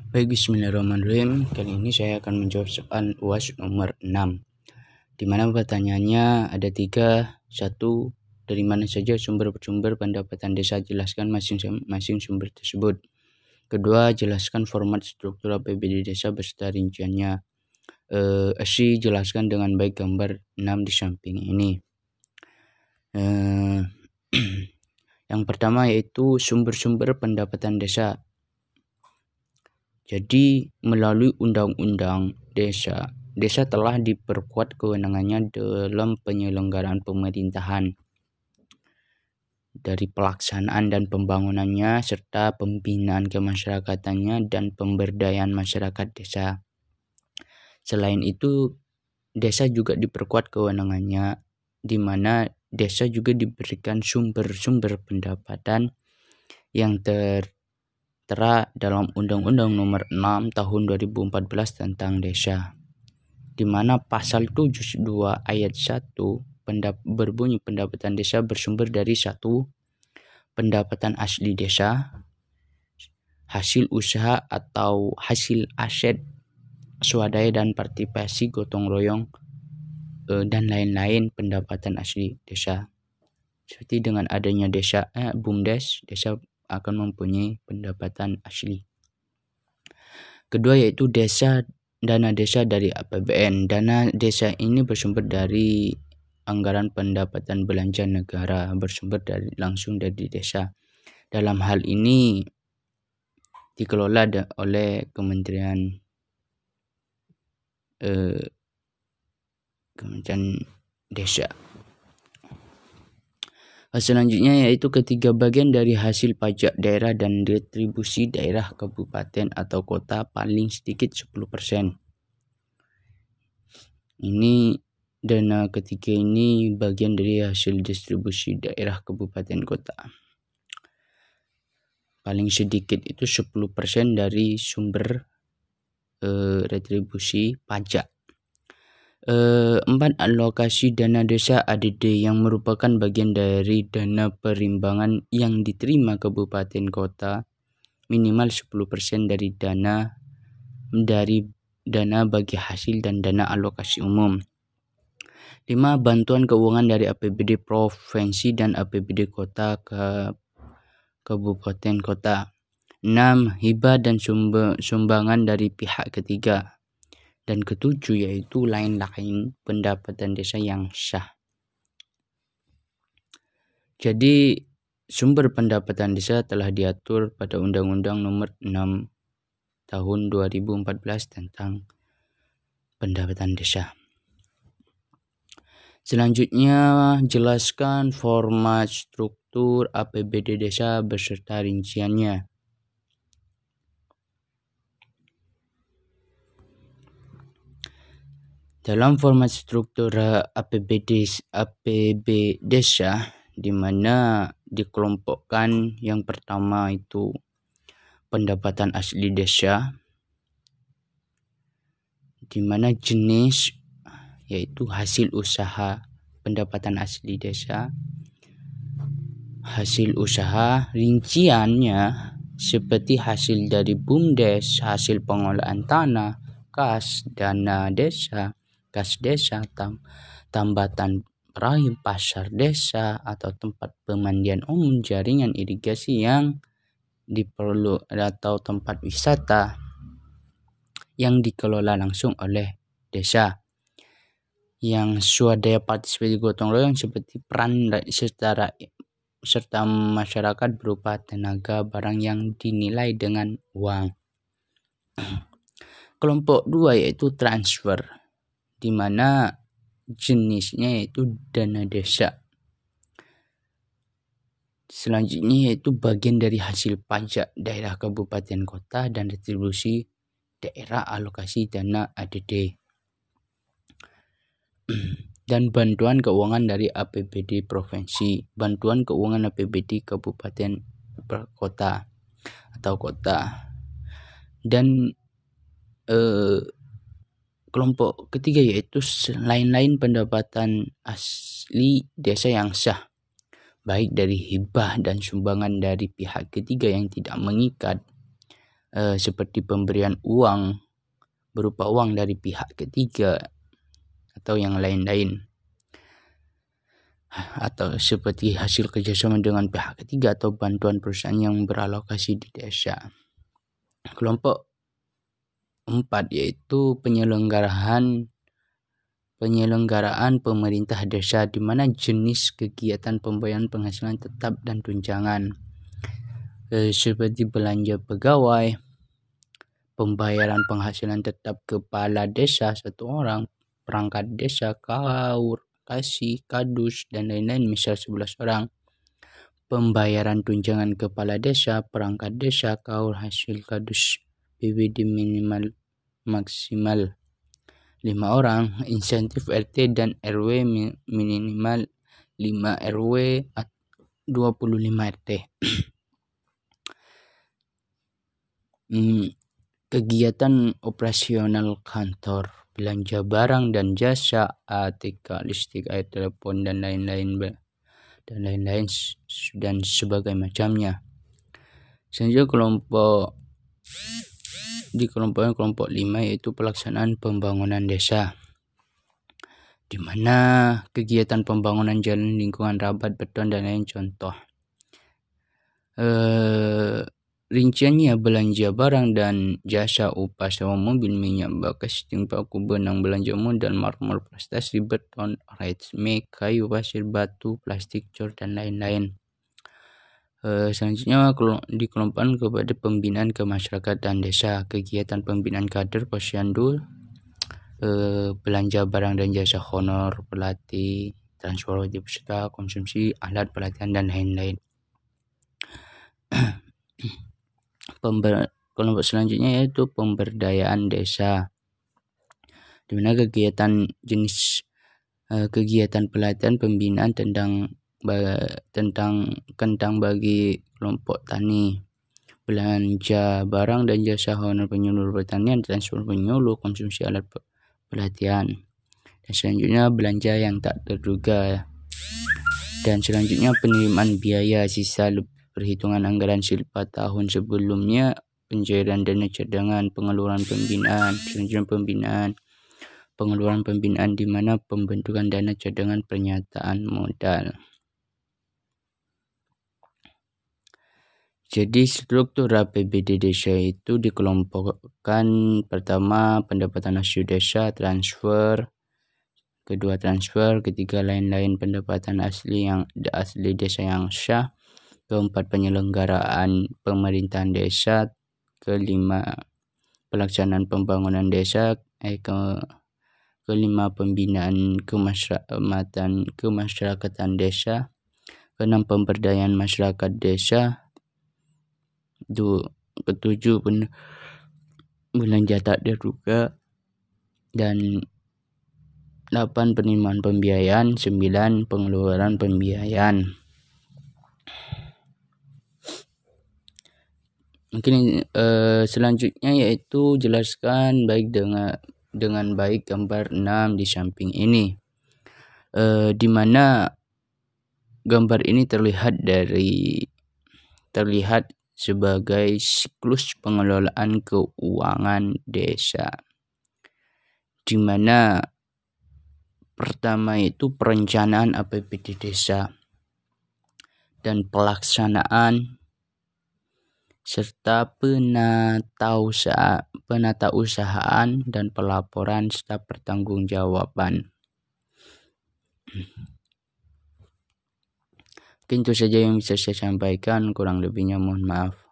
Baik, bismillahirrahmanirrahim. Kali ini saya akan menjawab soal UAS nomor 6, di mana pertanyaannya ada 3. 1. Dari mana saja sumber-sumber pendapatan desa? Jelaskan masing-masing sumber tersebut. Kedua, jelaskan format struktur APBD desa beserta rinciannya. Esi jelaskan dengan baik gambar 6 di samping ini. Yang pertama yaitu sumber-sumber pendapatan desa. Jadi melalui undang-undang desa telah diperkuat kewenangannya dalam penyelenggaraan pemerintahan, dari pelaksanaan dan pembangunannya serta pembinaan kemasyarakatannya dan pemberdayaan masyarakat desa. Selain itu, desa juga diperkuat kewenangannya, di mana desa juga diberikan sumber-sumber pendapatan yang tertera dalam Undang-Undang Nomor 6 Tahun 2014 tentang Desa, di mana pasal 72 ayat 1 berbunyi pendapatan desa bersumber dari 1. Pendapatan asli desa, hasil usaha atau hasil aset swadaya dan partisipasi gotong royong dan lain-lain pendapatan asli desa. Seperti dengan adanya BUMDes, desa akan mempunyai pendapatan asli. Kedua yaitu dana desa dari APBN. Dana desa ini bersumber dari anggaran pendapatan belanja negara, bersumber langsung dari desa. Dalam hal ini dikelola oleh Kementerian Desa. Selanjutnya yaitu ketiga, bagian dari hasil pajak daerah dan retribusi daerah, kabupaten atau kota paling sedikit 10%. Ini dana ketiga ini bagian dari hasil distribusi daerah, kabupaten, kota. Paling sedikit itu 10% dari sumber retribusi pajak. 4. Alokasi dana desa ADD yang merupakan bagian dari dana perimbangan yang diterima kabupaten kota, minimal 10% dari dana bagi hasil dan dana alokasi umum. 5. Bantuan keuangan dari APBD provinsi dan APBD kota ke kabupaten kota. 6. Hibah dan sumbangan dari pihak ketiga. Dan ketujuh yaitu lain-lain pendapatan desa yang sah. Jadi sumber pendapatan desa telah diatur pada Undang-Undang Nomor 6 Tahun 2014 tentang pendapatan desa. Selanjutnya, jelaskan format struktur APBD desa beserta rinciannya. Dalam format struktur APBD desa, di mana dikelompokkan yang pertama itu pendapatan asli desa, di mana jenis yaitu hasil usaha pendapatan asli desa, hasil usaha rinciannya seperti hasil dari BUMDes, hasil pengolahan tanah, kas, dana desa, kas desa, tambatan perahu, pasar desa atau tempat pemandian umum, jaringan irigasi yang diperlu atau tempat wisata yang dikelola langsung oleh desa. Yang swadaya partisipasi gotong royong seperti peran serta masyarakat berupa tenaga, barang yang dinilai dengan uang. Kelompok 2 yaitu transfer, di mana jenisnya yaitu dana desa. Selanjutnya yaitu bagian dari hasil pajak daerah, kabupaten, kota dan retribusi daerah, alokasi dana ADD. Dan bantuan keuangan dari APBD provinsi, bantuan keuangan APBD kabupaten kota atau kota. Dan kelompok ketiga yaitu lain-lain pendapatan asli desa yang sah, baik dari hibah dan sumbangan dari pihak ketiga yang tidak mengikat, seperti pemberian uang berupa uang dari pihak ketiga atau yang lain-lain, atau seperti hasil kerjasama dengan pihak ketiga atau bantuan perusahaan yang beralokasi di desa. Kelompok 4 yaitu penyelenggaraan pemerintah desa, di mana jenis kegiatan pembayaran penghasilan tetap dan tunjangan seperti belanja pegawai, pembayaran penghasilan tetap kepala desa 1 orang, perangkat desa, kaur, kasih, kadus, dan lain-lain misal 11 orang, pembayaran tunjangan kepala desa, perangkat desa, kaur, hasil kadus, PBD minimal maksimal 5 orang, insentif RT dan RW minimal 5 RW 25 RT. Kegiatan operasional kantor, belanja barang dan jasa, ATK, listrik, air, telepon, dan lain-lain dan sebagai macamnya. Selanjutnya kelompok 5 yaitu pelaksanaan pembangunan desa, di mana kegiatan pembangunan jalan, lingkungan, rabat, beton, dan lain contoh. Rinciannya belanja barang dan jasa, upah sewa mobil, minyak bakar, steam paku, benang, belanja modal, marmer, prestasi, beton, rice make, kayu, pasir, batu, plastik, cor, dan lain-lain. Selanjutnya dikelompokkan kepada pembinaan kemasyarakatan desa, kegiatan pembinaan kader, posyandu, belanja barang dan jasa, honor, pelatih, transfer wajib peserta, konsumsi, alat pelatihan, dan lain-lain. Kelompok selanjutnya yaitu pemberdayaan desa, di mana kegiatan pelatihan pembinaan tentang kentang bagi kelompok tani, belanja barang dan jasa, honor penyuluh pertanian, transfer penyuluh, konsumsi alat pelatihan, dan selanjutnya belanja yang tak terduga, dan selanjutnya penerimaan biaya sisa perhitungan anggaran silpa tahun sebelumnya, pencairan dana cadangan, pengeluaran pembinaan, selanjutnya pengeluaran pembinaan, di mana pembentukan dana cadangan pernyataan modal. Jadi struktur APBD desa itu dikelompokkan: pertama pendapatan asli desa, transfer, kedua transfer, ketiga lain-lain pendapatan asli desa yang sah, keempat penyelenggaraan pemerintahan desa, kelima pelaksanaan pembangunan desa, kelima pembinaan kemasyarakatan desa, keenam pemberdayaan masyarakat desa, ketujuh belanja tak terduga, dan 8 penerimaan pembiayaan, 9 pengeluaran pembiayaan. Mungkin selanjutnya yaitu jelaskan baik dengan baik gambar 6 di samping ini, di mana gambar ini terlihat sebagai siklus pengelolaan keuangan desa, di mana pertama itu perencanaan APBD desa dan pelaksanaan serta penatausahaan dan pelaporan serta pertanggungjawaban. Mungkin itu saja yang bisa saya sampaikan, kurang lebihnya mohon maaf.